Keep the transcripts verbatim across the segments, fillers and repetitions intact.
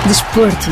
Desporto.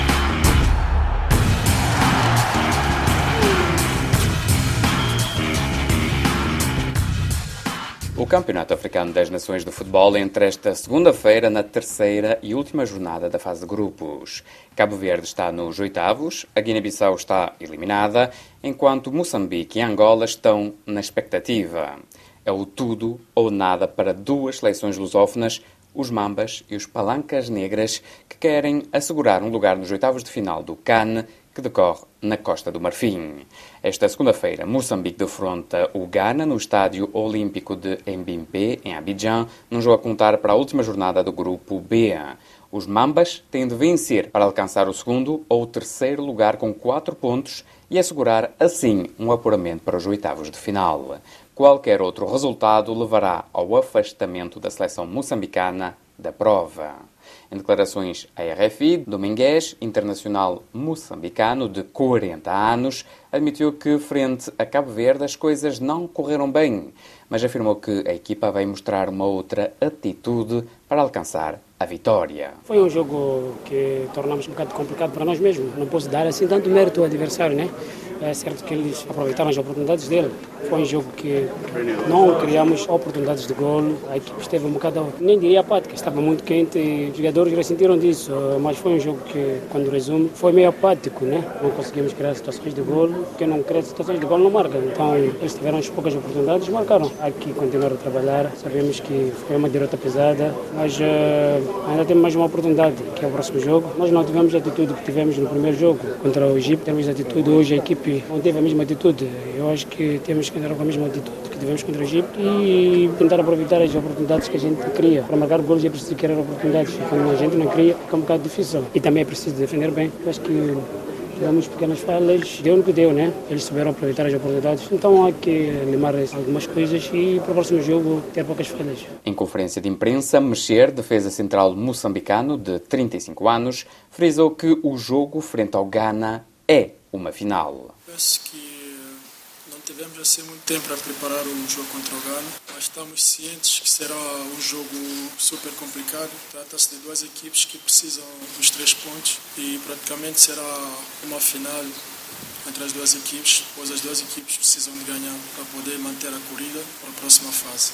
O Campeonato Africano das Nações de Futebol entra esta segunda-feira na terceira e última jornada da fase de grupos. Cabo Verde está nos oitavos, a Guiné-Bissau está eliminada, enquanto Moçambique e Angola estão na expectativa. É o tudo ou nada para duas seleções lusófonas, os Mambas e os Palancas Negras, que querem assegurar um lugar nos oitavos de final do CAN, que decorre na Costa do Marfim. Esta segunda-feira, Moçambique defronta o Ghana no Estádio Olímpico de Mbimpe, em Abidjan, num jogo a contar para a última jornada do Grupo B. Os Mambas têm de vencer para alcançar o segundo ou terceiro lugar com quatro pontos e assegurar, assim, um apuramento para os oitavos de final. Qualquer outro resultado levará ao afastamento da seleção moçambicana da prova. Em declarações à R F I, Domingues, internacional moçambicano de quarenta anos, admitiu que, frente a Cabo Verde, as coisas não correram bem, mas afirmou que a equipa vai mostrar uma outra atitude para alcançar a vitória. Foi um jogo que tornamos um bocado complicado para nós mesmos. Não posso dar assim tanto mérito ao adversário, né? É certo que eles aproveitaram as oportunidades dele. Foi um jogo que não criamos oportunidades de golo. A equipe esteve um bocado, nem diria apática, estava muito quente e os jogadores ressentiram disso. Mas foi um jogo que, quando resumo, foi meio apático, né? Não conseguimos criar situações de golo. Quem não cria situações de golo não marca. Então eles tiveram as poucas oportunidades, marcaram. Há que continuar a trabalhar. Sabemos que foi uma derrota pesada, mas uh, ainda temos mais uma oportunidade, que é o próximo jogo. Nós não tivemos a atitude que tivemos no primeiro jogo contra o Egito. Temos atitude hoje, a equipe não teve a mesma atitude. Eu acho que temos que andar com a mesma atitude que tivemos contra o Egito e tentar aproveitar as oportunidades que a gente cria. Para marcar golos é preciso criar oportunidades. Quando a gente não cria, fica um bocado difícil. E também é preciso defender bem. Eu acho que tivemos pequenas falhas, deu no que deu, né? Eles souberam aproveitar as oportunidades. Então há que limar algumas coisas e para o próximo jogo ter poucas falhas. Em conferência de imprensa, Mexer, defesa central moçambicano de trinta e cinco anos, frisou que o jogo frente ao Ghana é uma final. Penso que não tivemos assim muito tempo para preparar o jogo contra o Ghana, mas estamos cientes que será um jogo super complicado. Trata-se de duas equipes que precisam dos três pontos e praticamente será uma final entre as duas equipes, pois as duas equipes precisam de ganhar para poder manter a corrida para a próxima fase.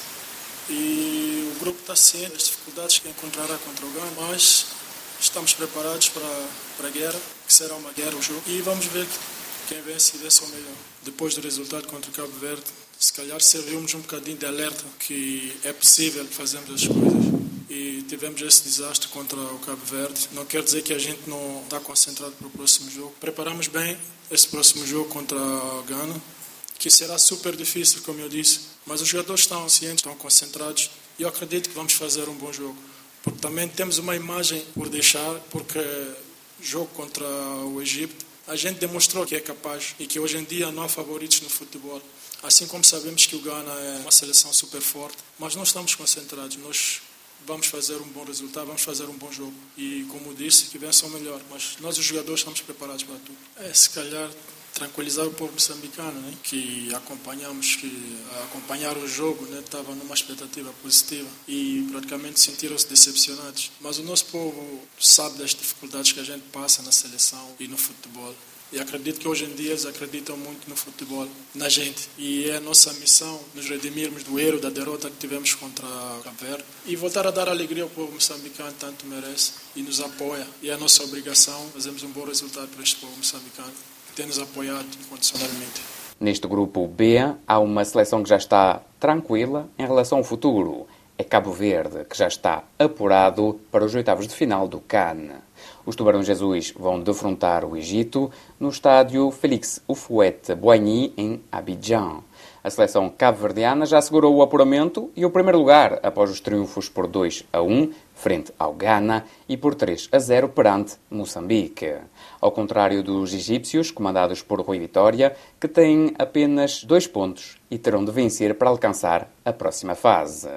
E o grupo está ciente das dificuldades que encontrará contra o Ghana, mas estamos preparados para, para a guerra, que será uma guerra o jogo, e vamos ver quem vence e vence o melhor. Depois do resultado contra o Cabo Verde, se calhar servimos um bocadinho de alerta que é possível fazermos as coisas. E tivemos esse desastre contra o Cabo Verde. Não quer dizer que a gente não está concentrado para o próximo jogo. Preparamos bem esse próximo jogo contra o Ghana, que será super difícil, como eu disse, mas os jogadores estão cientes, estão concentrados e eu acredito que vamos fazer um bom jogo. Porque também temos uma imagem por deixar, porque jogo contra o Egito, a gente demonstrou que é capaz e que hoje em dia não há favoritos no futebol. Assim como sabemos que o Ghana é uma seleção super forte, mas não estamos concentrados. Nós vamos fazer um bom resultado, vamos fazer um bom jogo. E como disse, que vença o melhor. Mas nós, os jogadores, estamos preparados para tudo. É, se calhar, tranquilizar o povo moçambicano, né? Que acompanhamos, que acompanharam o jogo, né? Estava numa expectativa positiva e praticamente sentiram-se decepcionados. Mas o nosso povo sabe das dificuldades que a gente passa na seleção e no futebol. E acredito que hoje em dia eles acreditam muito no futebol, na gente. E é a nossa missão nos redimirmos do erro, da derrota que tivemos contra a Cabo Verde e voltar a dar alegria ao povo moçambicano, tanto merece e nos apoia. E é a nossa obrigação fazermos um bom resultado para este povo moçambicano, que tem nos apoiado incondicionalmente. Neste grupo B, há uma seleção que já está tranquila em relação ao futuro. É Cabo Verde, que já está apurado para os oitavos de final do CAN. Os Tubarões Azuis vão defrontar o Egito no estádio Félix Houphouët-Boigny, em Abidjan. A seleção cabo-verdiana já assegurou o apuramento e o primeiro lugar após os triunfos por dois a um frente ao Ghana e por três a zero perante Moçambique. Ao contrário dos egípcios, comandados por Rui Vitória, que têm apenas dois pontos e terão de vencer para alcançar a próxima fase.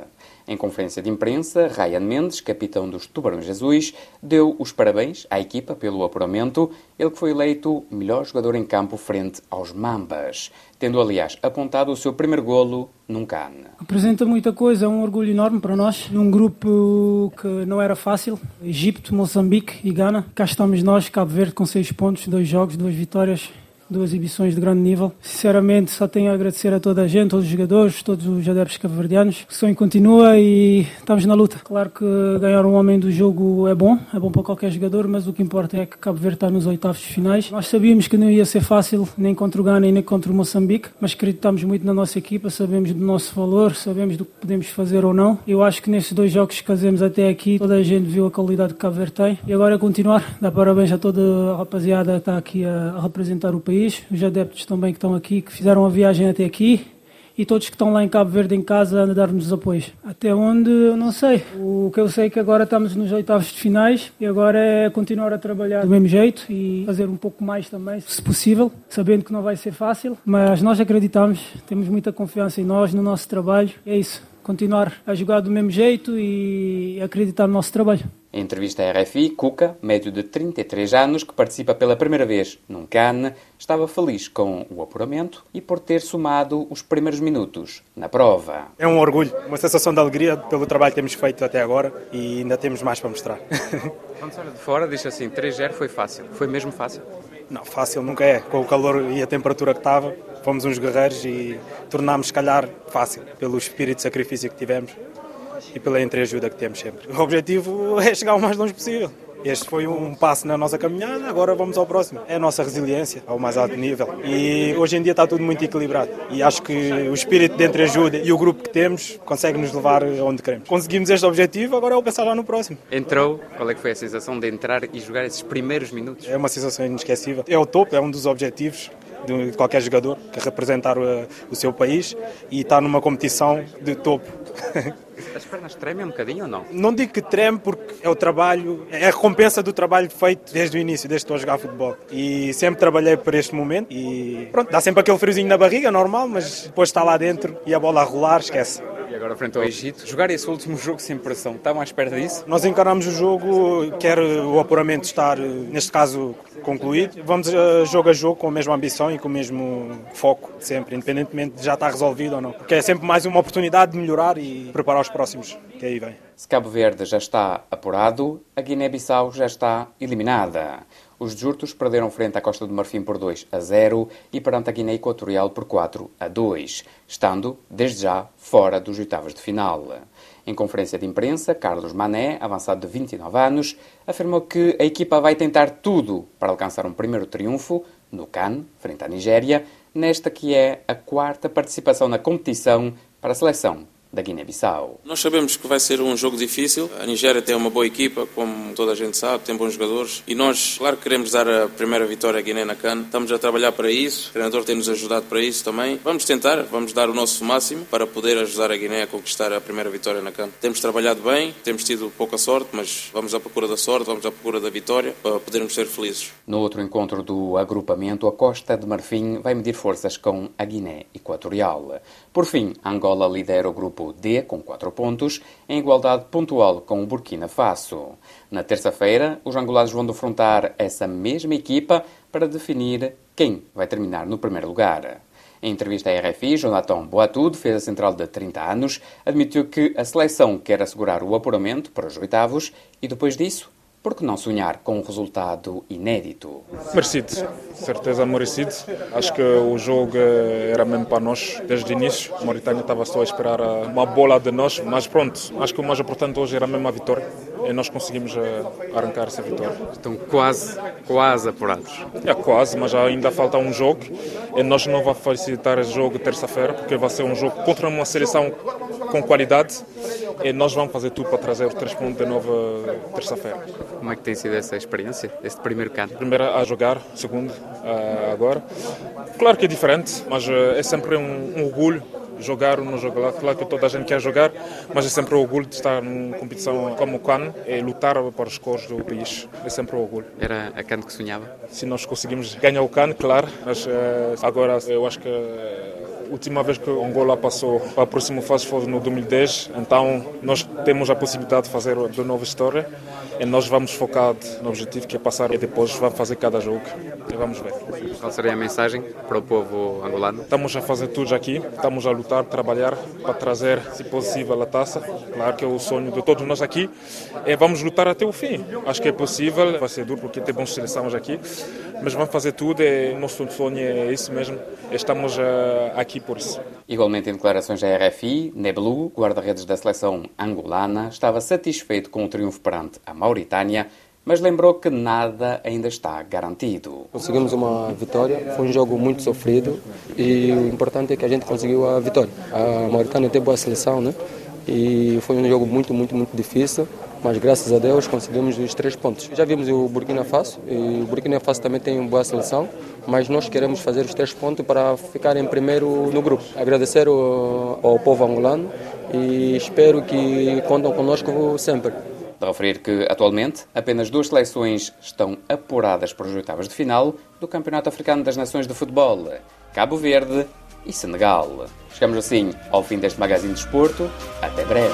Em conferência de imprensa, Ryan Mendes, capitão dos Tubarões Azuis, deu os parabéns à equipa pelo apuramento, ele que foi eleito melhor jogador em campo frente aos Mambas, tendo aliás apontado o seu primeiro golo num CAN. Apresenta muita coisa, é um orgulho enorme para nós, num grupo que não era fácil, Egito, Moçambique e Gana. Cá estamos nós, Cabo Verde, com seis pontos, dois jogos, duas vitórias, duas exibições de grande nível. Sinceramente, só tenho a agradecer a toda a gente, todos os jogadores, todos os adeptos cabo-verdianos. O sonho continua e estamos na luta. Claro que ganhar um homem do jogo é bom, é bom para qualquer jogador, mas o que importa é que Cabo Verde está nos oitavos de finais. Nós sabíamos que não ia ser fácil, nem contra o Ghana, nem contra o Moçambique, mas acreditamos muito na nossa equipa, sabemos do nosso valor, sabemos do que podemos fazer ou não. Eu acho que nesses dois jogos que fazemos até aqui, toda a gente viu a qualidade que Cabo Verde tem. E agora é continuar. Dá parabéns a toda a rapaziada que está aqui a representar o país. Os adeptos também que estão aqui, que fizeram a viagem até aqui, e todos que estão lá em Cabo Verde em casa a dar-nos apoios. Até onde, eu não sei. O que eu sei é que agora estamos nos oitavos de finais e agora é continuar a trabalhar do mesmo jeito e fazer um pouco mais também, se possível, sabendo que não vai ser fácil, mas nós acreditamos, temos muita confiança em nós, no nosso trabalho. É isso, continuar a jogar do mesmo jeito e acreditar no nosso trabalho. Em entrevista à R F I, Cuca, médio de trinta e três anos, que participa pela primeira vez num CAN, estava feliz com o apuramento e por ter somado os primeiros minutos na prova. É um orgulho, uma sensação de alegria pelo trabalho que temos feito até agora e ainda temos mais para mostrar. Quando se olha de fora, diz assim, três a zero foi fácil. Foi mesmo fácil? Não, fácil nunca é. Com o calor e a temperatura que estava, fomos uns guerreiros e tornámos, se calhar, fácil, pelo espírito de sacrifício que tivemos e pela entreajuda que temos sempre. O objetivo é chegar o mais longe possível. Este foi um passo na nossa caminhada, agora vamos ao próximo. É a nossa resiliência ao mais alto nível. E hoje em dia está tudo muito equilibrado. E acho que o espírito de entreajuda e o grupo que temos consegue nos levar onde queremos. Conseguimos este objetivo, agora é o pensar lá no próximo. Entrou, qual é que foi a sensação de entrar e jogar esses primeiros minutos? É uma sensação inesquecível. É o topo, é um dos objetivos de qualquer jogador, que é representar o, o seu país e estar numa competição de topo. As pernas tremem um bocadinho ou não? Não digo que treme porque é o trabalho, é a recompensa do trabalho feito desde o início, desde que estou a jogar futebol. E sempre trabalhei para este momento e pronto, dá sempre aquele friozinho na barriga, normal, mas depois está lá dentro e a bola a rolar, esquece. E agora frente ao Egito, jogar esse último jogo sem pressão, está mais perto disso? Nós encaramos o jogo, quer o apuramento estar, neste caso, concluído. Vamos a jogo a jogo com a mesma ambição e com o mesmo foco, sempre, independentemente de já estar resolvido ou não. Porque é sempre mais uma oportunidade de melhorar e preparar os próximos que aí vem. Se Cabo Verde já está apurado, a Guiné-Bissau já está eliminada. Os Jurtos perderam frente à Costa do Marfim por dois a zero e perante a Guiné Equatorial por quatro a dois, estando, desde já, fora dos oitavos de final. Em conferência de imprensa, Carlos Mané, avançado de vinte e nove anos, afirmou que a equipa vai tentar tudo para alcançar um primeiro triunfo no CAN, frente à Nigéria, nesta que é a quarta participação na competição para a seleção da Guiné-Bissau. Nós sabemos que vai ser um jogo difícil. A Nigéria tem uma boa equipa, como toda a gente sabe, tem bons jogadores. E nós, claro que queremos dar a primeira vitória à Guiné na CAN. Estamos a trabalhar para isso. O treinador tem-nos ajudado para isso também. Vamos tentar, vamos dar o nosso máximo para poder ajudar a Guiné a conquistar a primeira vitória na CAN. Temos trabalhado bem, temos tido pouca sorte, mas vamos à procura da sorte, vamos à procura da vitória para podermos ser felizes. No outro encontro do agrupamento, a Costa de Marfim vai medir forças com a Guiné Equatorial. Por fim, Angola lidera o grupo D com quatro pontos, em igualdade pontual com o Burkina Faso. Na terça-feira, os angolanos vão defrontar essa mesma equipa para definir quem vai terminar no primeiro lugar. Em entrevista à R F I, Jonathan Boatou, defesa central de trinta anos, admitiu que a seleção quer assegurar o apuramento para os oitavos e, depois disso, por que não sonhar com um resultado inédito? Merecido, certeza merecido. Acho que o jogo era mesmo para nós desde o início. A Mauritânia estava só a esperar uma bola de nós, mas pronto, acho que o mais importante hoje era mesmo a vitória. E nós conseguimos arrancar essa vitória. Estão quase, quase apurados. É quase, mas ainda falta um jogo. E nós não vamos facilitar o jogo terça-feira, porque vai ser um jogo contra uma seleção com qualidade. E nós vamos fazer tudo para trazer os três pontos de novo terça-feira. Como é que tem sido essa experiência, este primeiro canto? Primeiro a jogar, segundo agora. Claro que é diferente, mas é sempre um, um orgulho jogar ou não jogar. Claro que toda a gente quer jogar, mas é sempre um orgulho de estar numa competição como o CAN e lutar para os cores do país. É sempre um orgulho. Era a CAN que sonhava? Se nós conseguimos ganhar o CAN, claro, mas agora eu acho que A última vez que Angola passou para a próxima fase foi no dois mil e dez, então nós temos a possibilidade de fazer de nova história e nós vamos focar no objetivo que é passar e depois vamos fazer cada jogo e vamos ver. Qual seria a mensagem para o povo angolano? Estamos a fazer tudo aqui, estamos a lutar, trabalhar para trazer, se possível, a taça. Claro que é o sonho de todos nós aqui e vamos lutar até o fim. Acho que é possível, vai ser duro porque tem bons seleções aqui, mas vamos fazer tudo e nosso sonho é isso mesmo. Estamos uh, aqui por isso. Igualmente em declarações à R F I, Neblu, guarda-redes da seleção angolana, estava satisfeito com o triunfo perante a Mauritânia, mas lembrou que nada ainda está garantido. Conseguimos uma vitória, foi um jogo muito sofrido e o importante é que a gente conseguiu a vitória. A Mauritânia tem boa seleção, né? E foi um jogo muito, muito, muito difícil, mas graças a Deus conseguimos os três pontos. Já vimos o Burkina Faso, e o Burkina Faso também tem uma boa seleção, mas nós queremos fazer os três pontos para ficar em primeiro no grupo. Agradecer ao, ao povo angolano e espero que contem conosco sempre. De referir que, atualmente, apenas duas seleções estão apuradas para os oitavos de final do Campeonato Africano das Nações de Futebol, Cabo Verde e Senegal. Chegamos assim ao fim deste Magazine de Desporto. Até breve.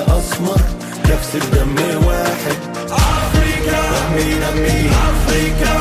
نفس الدم واحد. أفريقيا، أفريقيا